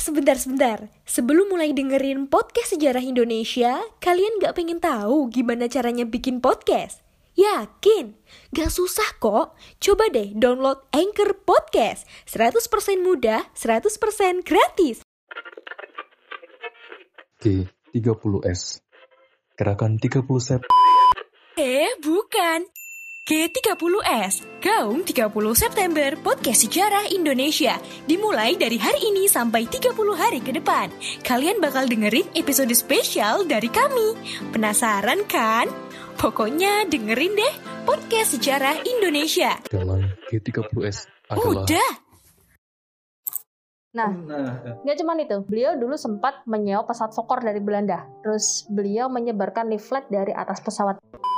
Sebentar. Sebelum mulai dengerin podcast sejarah Indonesia, kalian gak pengen tahu gimana caranya bikin podcast? Yakin? Gak susah kok. Coba deh download Anchor Podcast. 100% mudah, 100% gratis. G30S. Gerakan 30 Sep. Bukan. G30S, Gaung 30 September Podcast Sejarah Indonesia. Dimulai dari hari ini sampai 30 hari ke depan. Kalian bakal dengerin episode spesial dari kami. Penasaran kan? Pokoknya dengerin deh Podcast Sejarah Indonesia. Dalam G30S adalah... Udah! Nah, nggak cuma itu. Beliau dulu sempat menyewa pesawat Fokker dari Belanda. Terus beliau menyebarkan leaflet dari atas pesawat.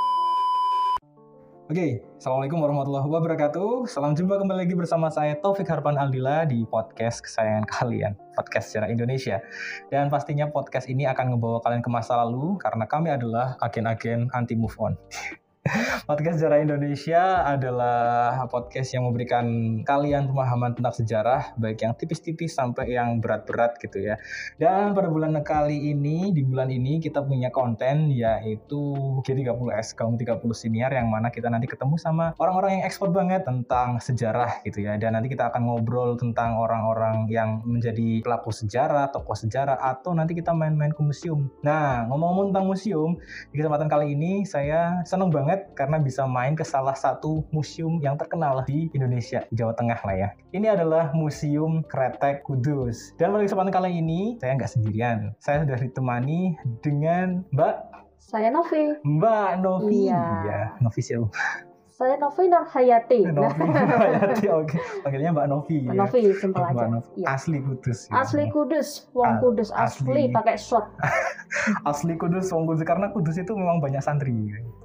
Oke, Assalamualaikum warahmatullahi wabarakatuh. Salam jumpa kembali lagi bersama saya Taufik Harpan Aldila di podcast kesayangan kalian, Podcast Sejarah Indonesia. Dan pastinya podcast ini akan membawa kalian ke masa lalu karena kami adalah agen-agen anti move on. Podcast Sejarah Indonesia adalah podcast yang memberikan kalian pemahaman tentang sejarah, baik yang tipis-tipis sampai yang berat-berat gitu ya. Dan pada bulan di bulan ini kita punya konten yaitu G30S, Gaung 30 Senior, yang mana kita nanti ketemu sama orang-orang yang expert banget tentang sejarah gitu ya. Dan nanti kita akan ngobrol tentang orang-orang yang menjadi pelaku sejarah, tokoh sejarah, atau nanti kita main-main ke museum. Nah, ngomong-ngomong tentang museum, di kesempatan kali ini saya senang banget karena bisa main ke salah satu museum yang terkenal di Indonesia, di Jawa Tengah lah ya. Ini adalah Museum Kretek Kudus. Dan pada kesempatan kali ini saya nggak sendirian. Saya sudah ditemani dengan Saya Novi. Mbak Novi. Iya. Ya, Novi siapa? Saya Novi Nur Hayati. Novi Hayati, oke. Panggilnya Mbak Novi. Mbak Ya. Novi, simpel Mbak aja. Novi. Iya. Asli Kudus. Ya. Asli Kudus, wong Kudus asli pakai shot. Asli Kudus, wong Kudus, karena Kudus itu memang banyak santri.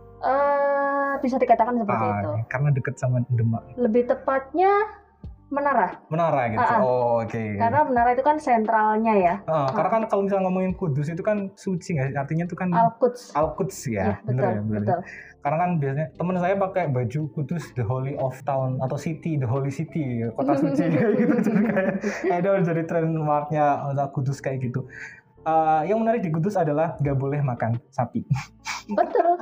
Bisa dikatakan seperti itu. Karena deket sama Demak. Lebih tepatnya menara Gitu. Oke. Karena menara itu kan sentralnya ya. Karena kan kalau misalnya ngomongin Kudus itu kan suci nggak sih? Artinya itu kan Al-Quds ya. Betul, Bener. betul. Karena kan biasanya teman saya pakai baju Kudus, the holy of town atau city, the holy city, kota suci gitu. Jadi kayak itu jadi trademarknya Kudus kayak gitu. Yang menarik di Kudus adalah nggak boleh makan sapi. Betul.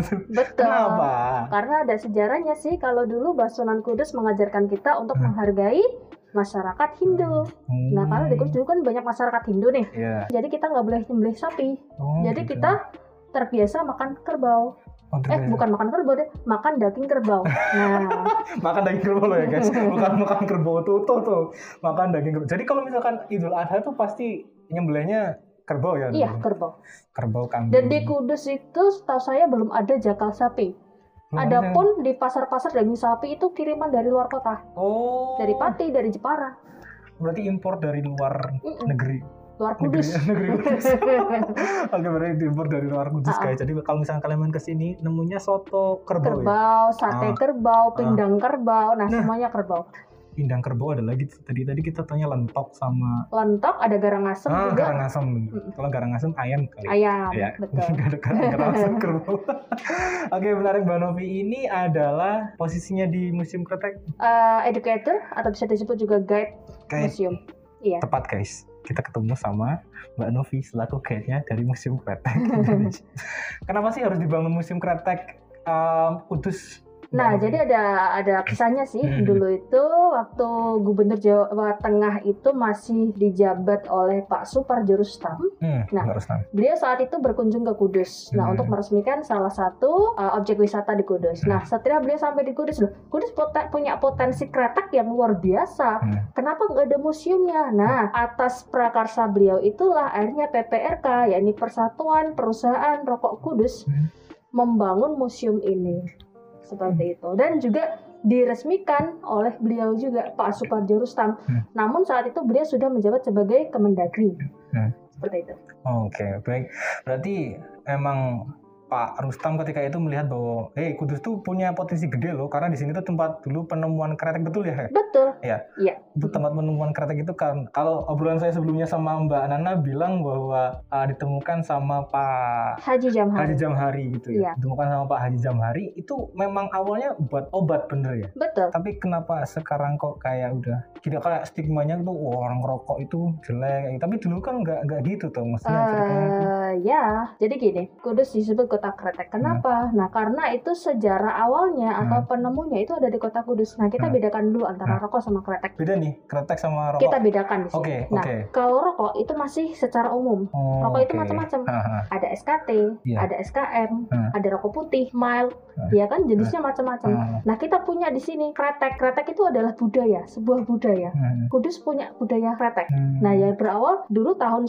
Kenapa? Karena ada sejarahnya sih. Kalau dulu Sunan Kudus mengajarkan kita untuk menghargai masyarakat Hindu. Nah, karena di Kudus dulu kan banyak masyarakat Hindu nih. Yeah. Jadi kita nggak boleh nyembelih sapi. Jadi gitu. kita terbiasa makan kerbau. Bukan makan kerbau deh, makan daging kerbau. Nah, makan daging kerbau loh ya guys. Bukan makan kerbau tuh. Makan daging kerbau. Jadi kalau misalkan Idul Adha tuh pasti nyembelihnya kerbau ya? Iya, kerbau. Kerbau kambing. Dan di Kudus itu setahu saya belum ada jakal sapi. Adapun di pasar-pasar daging sapi itu kiriman dari luar kota. Dari Pati, dari Jepara. Berarti impor dari luar negeri. Luar Kudus. Negeri Kudus. Oke, berarti diimpor dari luar Kudus guys. Jadi kalau misalnya kalian main ke sini nemunya soto kerbau ya? Sate kerbau, pindang kerbau. Nah, semuanya kerbau. Pindang kerbau ada lagi. Tadi kita tanya lentok sama... Lentok, ada garang asem juga. Garang asem. Kalau garang asem ayam kali. Ayam, ya. betul. Gak ada garang asem kerbau. Oke, menarik. Mbak Novi ini adalah posisinya di Museum Kretek. Educator, atau bisa disebut juga guide museum. Iya. Tepat guys. Kita ketemu sama Mbak Novi selaku guide-nya dari Museum Kretek. Kenapa sih harus dibangun Museum Kretek Kudus? Nah, jadi ada kisahnya sih. Dulu itu waktu Gubernur Jawa Tengah itu masih dijabat oleh Pak Supardjo Rustam. Beliau saat itu berkunjung ke Kudus. Nah, untuk meresmikan salah satu objek wisata di Kudus. Nah, setelah beliau sampai di Kudus, Kudus punya potensi kretek yang luar biasa. Kenapa nggak ada museumnya? Nah, atas prakarsa beliau itulah akhirnya PPRK, yakni Persatuan Perusahaan Rokok Kudus, membangun museum ini. Seperti itu. Dan juga diresmikan oleh beliau juga, Pak Supardjo Rustam. Namun saat itu beliau sudah menjabat sebagai Kemendagri. Seperti itu. Oke, baik. Berarti emang Pak Rustam ketika itu melihat bahwa Kudus tuh punya potensi gede loh, karena di sini tuh tempat dulu penemuan kretek, betul ya? Betul. Ya. Iya. Itu tempat penemuan kretek itu kan. Kalau obrolan saya sebelumnya sama Mbak Nana bilang bahwa ditemukan sama Pak Haji Jamhari gitu ya. Iya. Ditemukan sama Pak Haji Jamhari itu memang awalnya buat obat, bener ya? Betul. Tapi kenapa sekarang kok kayak udah tidak, kayak stigmanya tuh orang ngerokok itu jelek. Tapi dulu kan nggak gitu tuh, maksudnya ceritanya itu. Ya, jadi gini, Kudus disebut kota kretek. Kenapa? Nah, karena itu sejarah awalnya atau penemunya itu ada di kota Kudus. Nah, kita bedakan dulu antara rokok sama kretek. Beda nih, kretek sama rokok. Kita bedakan di sini. Nah, kalau rokok itu masih secara umum. Rokok itu macam-macam. Ada SKT, ada SKM, ada rokok putih, mild, ya kan jenisnya macam-macam. Nah, kita punya di sini kretek. Kretek itu adalah budaya, sebuah budaya. Kudus punya budaya kretek. Nah, yang berawal dulu tahun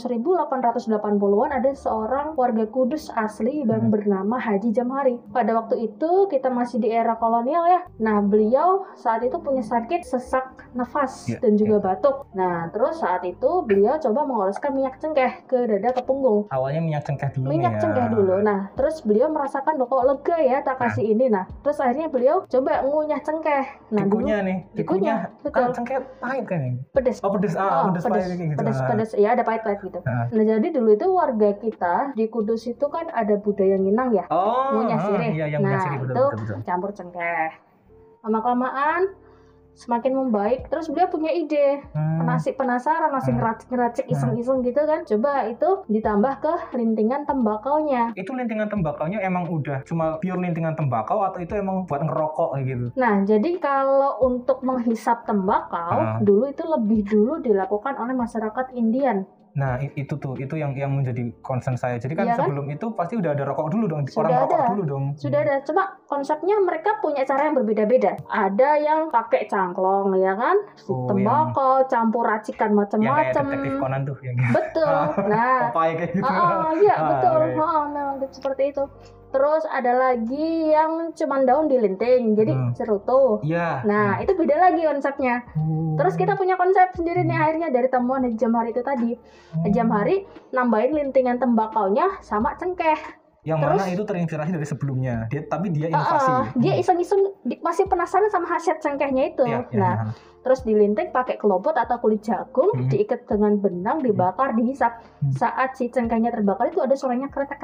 1880-an ada seorang warga Kudus asli yang bernama Haji Jamhari. Pada waktu itu kita masih di era kolonial ya. Nah, beliau saat itu punya sakit sesak nafas dan juga batuk. Nah, terus saat itu beliau coba mengoleskan minyak cengkeh ke dada, ke punggung. Awalnya minyak cengkeh dulu. Cengkeh dulu. Nah, terus beliau merasakan kok lega ya tak kasih ini. Nah, terus akhirnya beliau coba ngunyah cengkeh. Nah, dikunyah. Betul. Cengkeh pahit kan ini? Pedes. Pedes pahit gitu. Pedes. Ya, ada pahit-pahit gitu. Nah, jadi dulu itu warga kita di Kudus itu kan ada budaya nginang ya. Ngunyah sirih. Nah, itu campur cengkeh. Lama-kelamaan semakin membaik, terus beliau punya ide, penasaran, masih ngeracik iseng-iseng gitu kan, coba itu ditambah ke lintingan tembakaunya. Itu lintingan tembakaunya emang udah cuma pure lintingan tembakau atau itu emang buat ngerokok gitu? Nah, jadi kalau untuk menghisap tembakau dulu itu lebih dulu dilakukan oleh masyarakat Indian. Nah, itu yang menjadi concern saya. Jadi kan sebelum itu pasti udah ada rokok dulu dong, Sudah rokok ada. dulu dong. Sudah ada, cuma konsepnya mereka punya cara yang berbeda-beda. Ada yang pakai cangklong, ya kan? Tembakau, campur racikan macam-macam. Yang kayak detektif Conan tuh. Yang betul. Nah, kayak gitu. Iya, betul. Memang seperti itu. Terus ada lagi yang cuman daun dilinting, jadi cerutu. Nah, itu beda lagi konsepnya. Terus kita punya konsep sendiri nih akhirnya dari temuan Haji Jamhari itu tadi. Haji Jamhari nambahin lintingan tembakaunya sama cengkeh. Yang mana itu terinspirasi dari sebelumnya. Tapi dia inovasi. Dia iseng-iseng masih penasaran sama khasiat cengkehnya itu. Terus dilinting pakai kelopot atau kulit jagung, diikat dengan benang, dibakar, dihisap. Saat si cengkehnya terbakar itu ada suaranya kretek.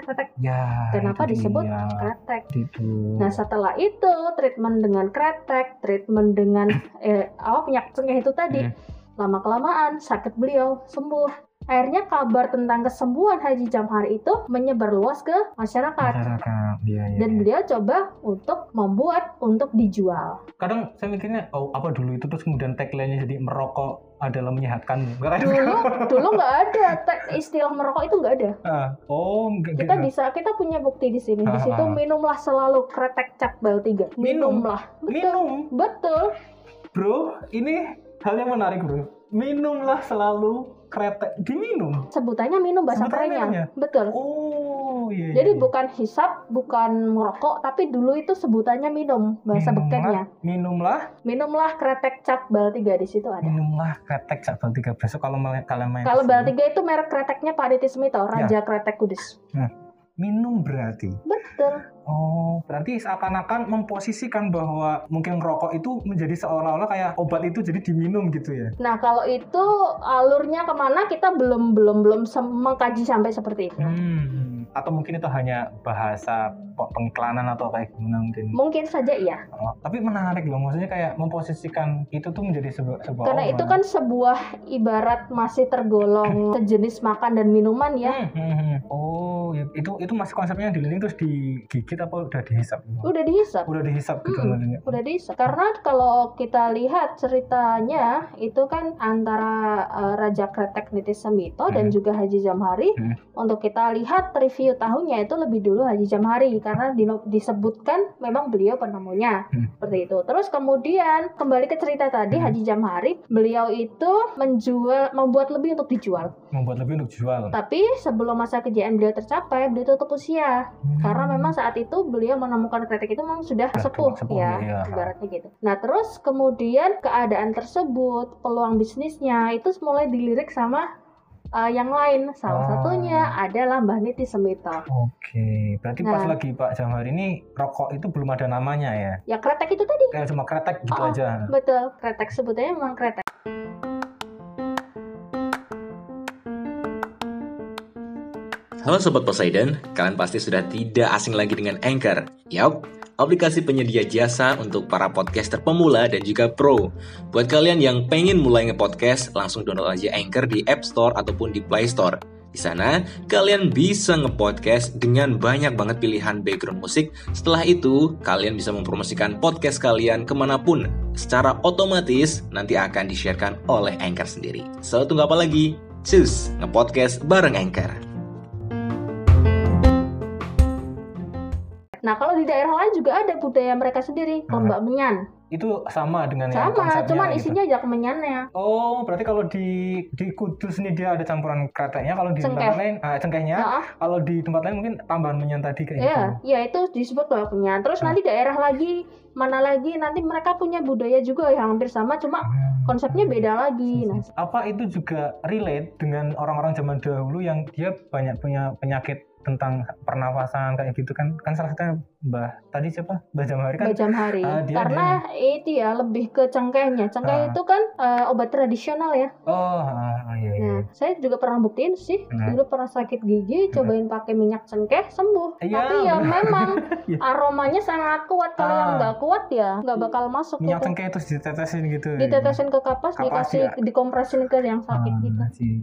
Kenapa disebut kretek? Nah, setelah itu treatment dengan kretek, treatment dengan minyak cengkeh itu tadi, lama-kelamaan sakit beliau sembuh. Akhirnya kabar tentang kesembuhan Haji Jamhari itu menyebar luas ke masyarakat. Dan beliau coba untuk membuat untuk dijual. Kadang saya mikirnya, apa dulu itu terus kemudian tagline-nya jadi merokok adalah menyehatkan. Dulu nggak ada istilah merokok itu nggak ada. Kita punya bukti di sini. Di situ minumlah selalu kretek cap bal 3. Minumlah. Betul. Bro, ini hal yang menarik, bro. Minumlah selalu kretek, diminum. Sebutannya minum bahasa kerennya. Betul. Jadi bukan hisap, bukan merokok, tapi dulu itu sebutannya minum bahasa bekennya. Minumlah kretek cap bal 3 di situ ada. Minumlah kretek cap bal 3. Besok kalau kalian main. Kalau bal 3 itu merek kreteknya Pak Diti Smito, Raja Kretek Kudus. Minum berarti. Betul. Berarti seakan-akan memposisikan bahwa mungkin rokok itu menjadi seolah-olah kayak obat itu jadi diminum gitu ya. Nah, kalau itu alurnya kemana kita belum mengkaji sampai seperti itu. Atau mungkin itu hanya bahasa pengiklanan atau kayak gimana mungkin. Mungkin saja iya. Tapi menarik loh, maksudnya kayak memposisikan itu tuh menjadi sebuah karena obat. Itu kan sebuah ibarat masih tergolong sejenis makan dan minuman ya. Itu masih konsepnya yang dilinting terus digigit apa udah dihisap? Udah dihisap gitu maksudnya. Udah dihisap. Karena kalau kita lihat ceritanya itu kan antara Raja Kretek Niti Smito dan juga Haji Jamhari. Untuk kita lihat review tahunnya itu lebih dulu Haji Jamhari karena disebutkan memang beliau penemunya. Seperti itu. Terus kemudian kembali ke cerita tadi Haji Jamhari, beliau itu membuat lebih untuk dijual. Tapi sebelum masa kejayaan beliau tercapai, beliau tutup usia. Karena memang saat itu beliau menemukan kretek itu memang sudah sepuh ya, ibaratnya gitu. Nah, terus kemudian keadaan tersebut, peluang bisnisnya itu mulai dilirik sama yang lain. Salah satunya adalah Mbah Niti Semito. Oke, berarti pas lagi Pak Jamhar ini rokok itu belum ada namanya ya? Ya kretek itu tadi. Kayak cuma kretek gitu aja. Betul, kretek, sebutnya memang kretek. Halo Sobat Poseidon, kalian pasti sudah tidak asing lagi dengan Anchor. Yap, aplikasi penyedia jasa untuk para podcaster pemula dan juga pro. Buat kalian yang pengen mulai nge-podcast, langsung download aja Anchor di App Store ataupun di Play Store. Di sana, kalian bisa nge-podcast dengan banyak banget pilihan background musik. Setelah itu, kalian bisa mempromosikan podcast kalian kemanapun. Secara otomatis, nanti akan di-sharekan oleh Anchor sendiri. So, tunggu apa lagi? Cus, nge-podcast bareng Anchor. Nah, kalau di daerah lain juga ada budaya mereka sendiri, Lomba Menyan. Itu sama dengan yang konsepnya? Sama, cuman isinya aja kemenyannya. Oh, berarti kalau di Kudus nih dia ada campuran kreteknya, kalau di tempat lain cengkehnya, kalau di tempat lain mungkin tambahan menyan tadi kayak gitu. Iya, itu disebut Lomba Menyan. Terus nanti daerah lagi, mana lagi, nanti mereka punya budaya juga yang hampir sama, cuma konsepnya beda lagi. Nah, apa itu juga relate dengan orang-orang zaman dahulu yang dia banyak punya penyakit tentang pernafasan kayak gitu kan salah satunya Mbah Jamhari kan. Mbah Jamhari. Karena itu ya lebih ke cengkehnya. Cengkeh itu kan obat tradisional ya. Iya. Nah, saya juga pernah buktiin sih. Dulu pernah sakit gigi, cobain pakai minyak cengkeh sembuh. Tapi ya memang aromanya sangat kuat. Kalau yang nggak kuat ya nggak bakal masuk. Minyak cengkeh itu ditetesin gitu. Ditetesin ke kapas dikasih ya? Dikompresin ke yang sakit gitu.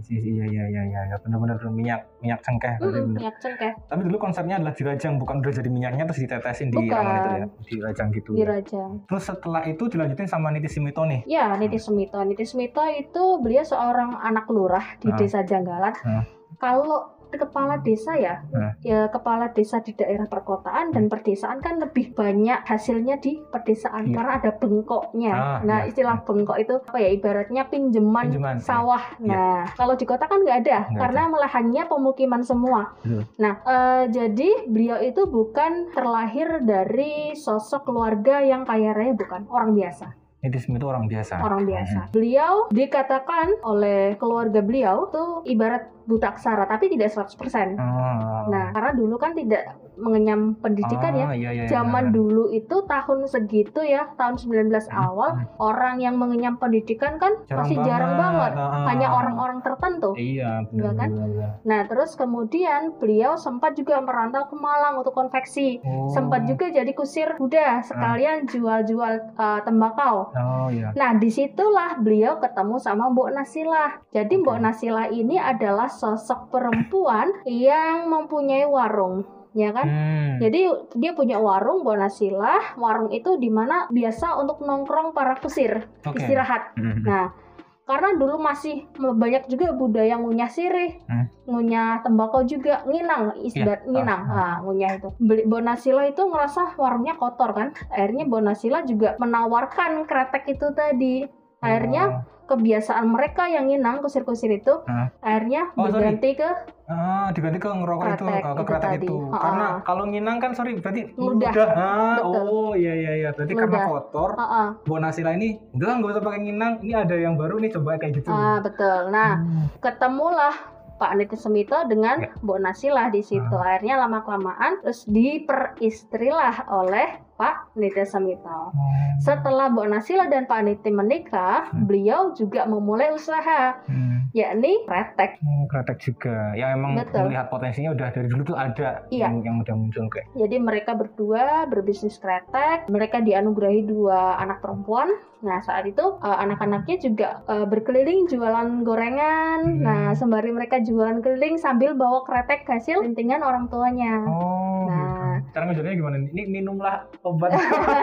Iya. Benar-benar minyak cengkeh. Minyak cengkeh. Tapi dulu konsepnya adalah dirajang, bukan udah jadi minyaknya terus ditetesin di ramuan itu ya, dirajang gitu. Dirajang. Terus setelah itu dilanjutin sama Niti Semito nih. Ya, Niti Semito. Niti Semito itu beliau seorang anak lurah di Desa Janggalan. Kalau kepala desa ya kepala desa di daerah perkotaan dan perdesaan kan lebih banyak hasilnya di pedesaan karena ada bengkoknya. Istilah bengkok itu apa ya, ibaratnya pinjaman sawah. Nah, kalau di kota kan nggak ada karena lahannya pemukiman semua. Nah, jadi beliau itu bukan terlahir dari sosok keluarga yang kaya raya, bukan, orang biasa. Niti Semito orang biasa. Orang biasa. Beliau dikatakan oleh keluarga beliau tuh ibarat buta aksara, tapi tidak 100%. Nah, karena dulu kan tidak mengenyam pendidikan Zaman dulu itu tahun segitu ya, tahun 19 awal, orang yang mengenyam pendidikan kan jarang banget. Hanya orang-orang tertentu. Iya, benar kan? Nah, terus kemudian beliau sempat juga merantau ke Malang untuk konveksi. Sempat juga jadi kusir Buddha, sekalian jual-jual tembakau. Nah, disitulah beliau ketemu sama Mbok Nasilah. Jadi Mbok Nasilah ini adalah sosok perempuan yang mempunyai warung, ya kan? Jadi dia punya warung, Mbok Nasilah. Warung itu di mana biasa untuk nongkrong para kusir, istirahat. Nah, karena dulu masih banyak juga budaya ngunyah sirih, ngunyah tembakau juga, nginang, ngunyah itu. Mbok Nasilah itu ngerasa warungnya kotor kan, akhirnya Mbok Nasilah juga menawarkan kretek itu tadi. Akhirnya kebiasaan mereka yang nginang kusir-kusir itu akhirnya diganti ke ngerokok itu, ke kretek itu. Karena kalau nginang kan berarti mudah. Iya. Berarti karena kotor. Mbok Nasilah ini udah nggak usah pakai nginang. Ini ada yang baru nih, coba kayak gitu. Betul. Nah, ketemulah Pak Niti Semito dengan Mbok Nasilah di situ. Akhirnya lama-kelamaan terus diperistrilah oleh Pak Niti Semito. Setelah Mbok Nasilah dan Pak Niti menikah, beliau juga memulai usaha, yakni kretek. Kretek juga. Yang emang melihat potensinya udah dari dulu tuh ada yang udah muncul kayak. Jadi mereka berdua berbisnis kretek. Mereka dianugerahi 2 anak perempuan. Nah, saat itu anak-anaknya juga berkeliling jualan gorengan. Nah, sembari mereka jualan keliling sambil bawa kretek hasil rintingan orang tuanya. Nah, cara ngejualnya gimana? Ini minumlah obat.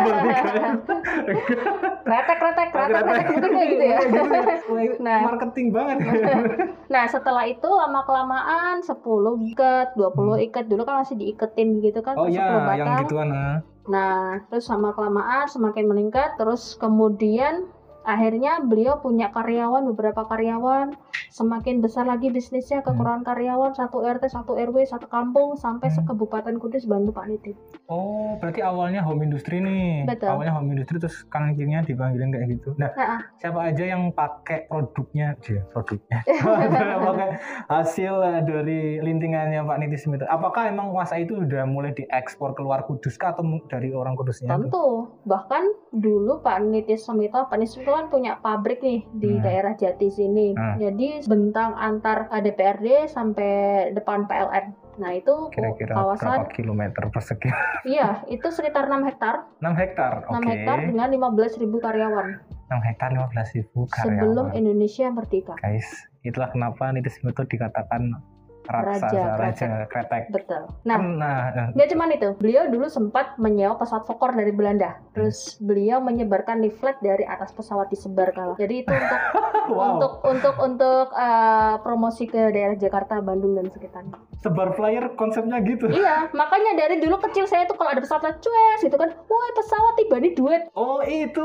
kretek mungkin kayak gitu ya. Nah, marketing banget. Nah, setelah itu lama-kelamaan 10 ikat, 20 ikat, dulu kan masih diiketin gitu kan, 10 batang. Yang gituan. Nah, terus lama-kelamaan semakin meningkat, terus kemudian akhirnya beliau punya beberapa karyawan, semakin besar lagi bisnisnya, kekurangan karyawan, 1 RT, 1 RW, 1 kampung, sampai sekebupaten Kudus bantu Pak Niti. Oh, berarti awalnya home industry nih. Betul. Awalnya home industry terus kanan kirinya dipanggilin kayak gitu. Nah, siapa aja yang pakai produknya? Pakai hasil dari lintingannya Pak Niti Smito. Apakah emang wasa itu udah mulai diekspor keluar Kudus kah atau dari orang Kudusnya? Tentu. Bahkan dulu Pak Niti Smito kan punya pabrik nih di daerah Jati sini. Jadi bentang antar DPRD sampai depan PLN. Nah itu kira-kira kawasan berapa kilometer persegi? Iya, itu sekitar 6 hektar. 6 hektar, oke. 6 hektar dengan 15.000 karyawan. 6 hektar 15.000 karyawan. Sebelum Indonesia merdeka. Guys, itulah kenapa Niti Smito dikatakan Raja Kretek. Betul. Nah, nggak cuma itu. Beliau dulu sempat menyewa pesawat Fokker dari Belanda. Terus beliau menyebarkan leaflet dari atas pesawat disebar kalah. Jadi itu untuk promosi ke daerah Jakarta, Bandung dan sekitarnya. Sebar flyer konsepnya gitu. Iya, makanya dari dulu kecil saya tuh kalau ada pesawat cues gitu kan, wah pesawat tiba di duet. Oh itu.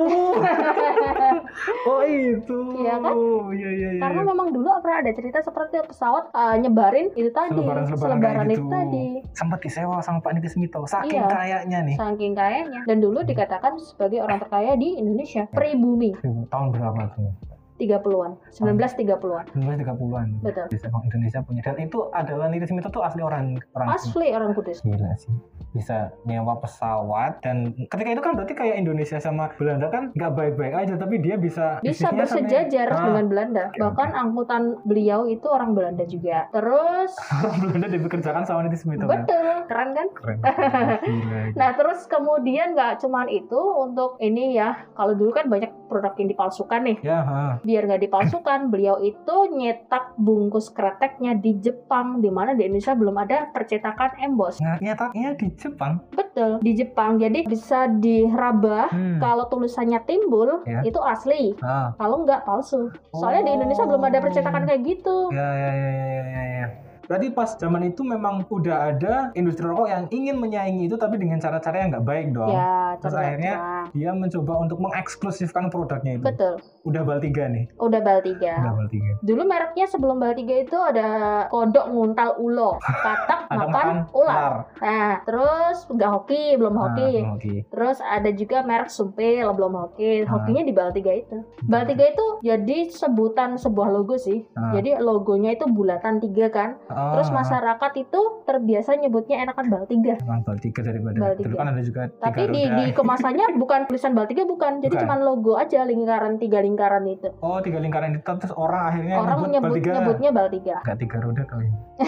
Oh itu. Iya kan? Iya. Karena memang dulu pernah ada cerita seperti pesawat nyebarin itu tadi, selebaran itu tadi. Sempat disewa sama Pak Niti Smito, saking kayanya nih. Saking kayanya. Dan dulu dikatakan sebagai orang terkaya di Indonesia, pribumi. Tahun berapa tuh? 30-an, 1930-an. 1930-an. Betul. Bisa Indonesia punya. Dan itu adalah Niti Smito tuh asli orang Kudus. Gila sih. Bisa nyewa pesawat dan ketika itu kan berarti kayak Indonesia sama Belanda kan nggak baik-baik aja, tapi dia bisa bersejajar dengan Belanda. Bahkan angkutan beliau itu orang Belanda juga. Terus orang Belanda dipekerjakan sama Niti Smito. Betul, keren kan? Keren. Nah terus kemudian nggak cuman itu, untuk ini ya, kalau dulu kan banyak produk yang dipalsukan nih. Biar nggak dipalsukan, beliau itu nyetak bungkus kreteknya di Jepang, di mana di Indonesia belum ada percetakan emboss. Nyetaknya di Jepang? Betul, di Jepang. Jadi bisa diraba, kalau tulisannya timbul, itu asli. Kalau nggak, palsu. Soalnya di Indonesia belum ada percetakan kayak gitu. Ya. Berarti pas zaman itu memang udah ada industri rokok yang ingin menyaingi itu, tapi dengan cara-cara yang nggak baik dong. Ya, terus akhirnya dia mencoba untuk mengeksklusifkan produknya itu. Betul. Udah Bal 3 nih. Udah Bal 3. Dulu mereknya sebelum Bal 3 itu ada kodok nguntal ulo, katak makan ular. Nah, terus nggak hoki, belum hoki. Terus ada juga merek sumpil, belum hoki. Hokinya di Bal 3 itu. Bal 3 itu jadi sebutan sebuah logo sih. Jadi logonya itu bulatan 3 kan. Terus masyarakat itu terbiasa nyebutnya enakan Bal 3. Bal 3 daripada. Dulu kan ada juga 3 tapi di kemasannya bukan tulisan Bal 3, bukan. Jadi cuma logo aja, lingkaran 3 lingkaran itu. Oh, 3 lingkaran itu. Terus orang akhirnya nyebutnya Bal 3. Enggak 3 roda kali.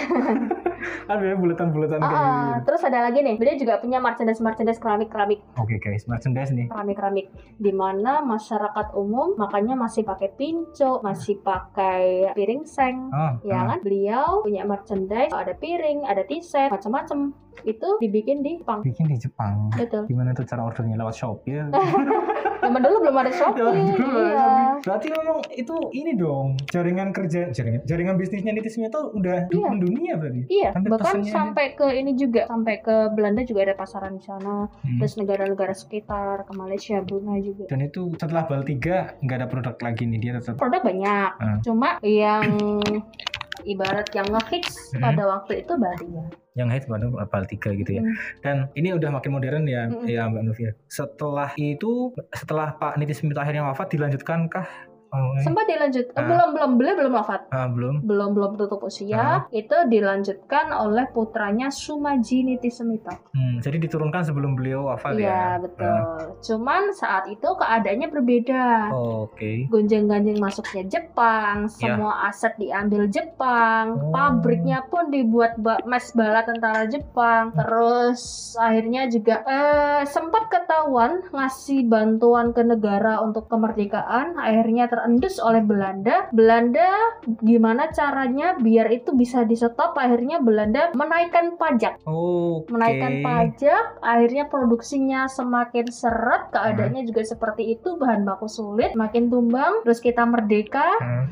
Kan biasanya bulatan-bulatan kayak gitu. Terus ada lagi nih, dia juga punya merchandise keramik. Oke guys, merchandise nih. Keramik di mana masyarakat umum makanya masih pakai pinco, masih pakai piring seng. Ya kan? Beliau punya merchandise, ada piring, ada t-shirt, macam-macam. Itu dibikin di Jepang. Betul. Gimana tuh cara ordernya, lewat Shopee? Zaman dulu belum ada Shopee. Iya. Berarti memang itu ini dong, jaringan bisnisnya Niti Smito udah mendunia berarti. Iya. Bahkan sampai ke ini juga, sampai ke Belanda juga ada pasaran di sana. Terus negara-negara sekitar, ke Malaysia, Brunei juga. Dan itu setelah Bal 3 nggak ada produk lagi nih, dia tetap. Produk banyak. Cuma yang ibarat yang ngehits pada waktu itu Bal 3. Yang hits pada Bal 3 gitu ya. Dan ini udah makin modern ya, ya Mbak Novia. Setelah Pak Niti Smito akhirnya wafat, dilanjutkankah? Sempat dilanjut. Belum wafat. Belum tutup usia. Itu dilanjutkan oleh putranya Sumaji Niti Smito. Jadi diturunkan sebelum beliau wafat ya. Iya, betul. Cuman saat itu keadaannya berbeda. Oke. Gonjang-ganjing masuknya Jepang, semua aset diambil Jepang, pabriknya pun dibuat mes bala tentara Jepang. Terus akhirnya juga sempat ketahuan ngasih bantuan ke negara untuk kemerdekaan, akhirnya terendus oleh Belanda. Gimana caranya biar itu bisa di stop? Akhirnya Belanda menaikkan pajak. Menaikkan pajak, akhirnya produksinya semakin seret, keadaannya juga seperti itu, bahan baku sulit, makin tumbang. Terus kita merdeka,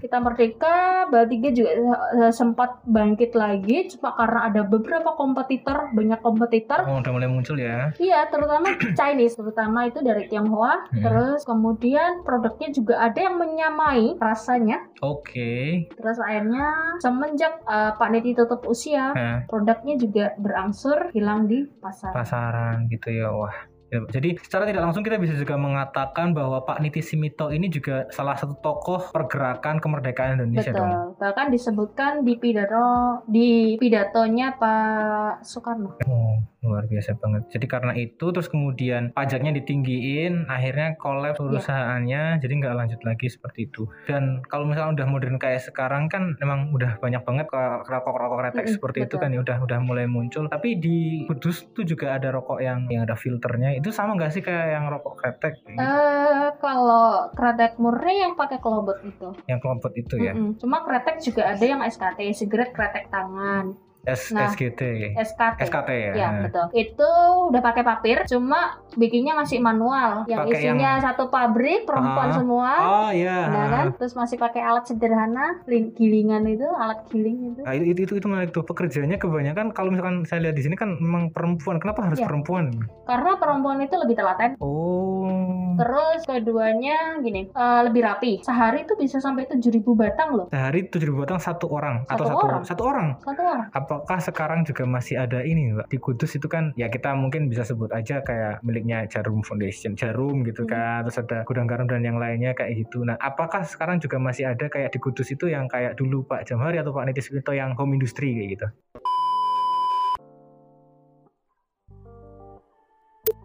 Bal 3 juga sempat bangkit lagi, cuma karena ada beberapa banyak kompetitor. Udah mulai muncul ya. Iya, terutama Chinese, terutama itu dari Tionghoa. Terus kemudian produknya juga ada yang menyamai rasanya. Oke. Terus akhirnya semenjak Pak Niti tutup usia, produknya juga berangsur hilang di pasaran gitu ya. Wah. Jadi secara tidak langsung kita bisa juga mengatakan bahwa Pak Niti Simito ini juga salah satu tokoh pergerakan kemerdekaan Indonesia. Betul. Dong. Bahkan disebutkan di pidatonya Pak Soekarno. Luar biasa banget. Jadi karena itu terus kemudian pajaknya ditinggiin, akhirnya collab perusahaannya, jadi nggak lanjut lagi seperti itu. Dan kalau misalnya udah modern kayak sekarang kan memang udah banyak banget rokok kretek seperti itu kan ya udah mulai muncul. Tapi di Kudus tuh juga ada rokok yang ada filternya. Itu sama nggak sih kayak yang rokok kretek? Kalau kretek murni yang pakai kelobot itu. Yang kelobot itu ya. Cuma kretek juga ada yang SKT, sigaret kretek tangan. SKT ya. Ya betul. Itu udah pakai papir, cuma bikinnya masih manual. Yang pake isinya satu pabrik, perempuan semua. Oh iya. Nah kan, terus masih pakai alat sederhana, gilingan itu, alat giling itu. Nah, itu menarik tuh. Pekerjaannya kebanyakan kalau misalkan saya lihat di sini kan memang perempuan. Kenapa harus perempuan? Karena perempuan itu lebih telaten. Terus keduanya gini, lebih rapi. Sehari itu bisa sampai 7.000 batang loh. Sehari 7.000 batang satu orang. Satu orang. Apakah sekarang juga masih ada ini Mbak? Di Kudus itu kan ya kita mungkin bisa sebut aja kayak miliknya Jarum Foundation, Jarum gitu kan. Terus ada Gudang Garam dan yang lainnya kayak gitu. Nah, apakah sekarang juga masih ada kayak di Kudus itu yang kayak dulu Pak Jamhari atau Pak Niti Simito yang home industry kayak gitu?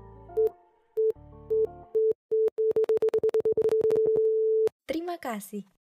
Terima kasih.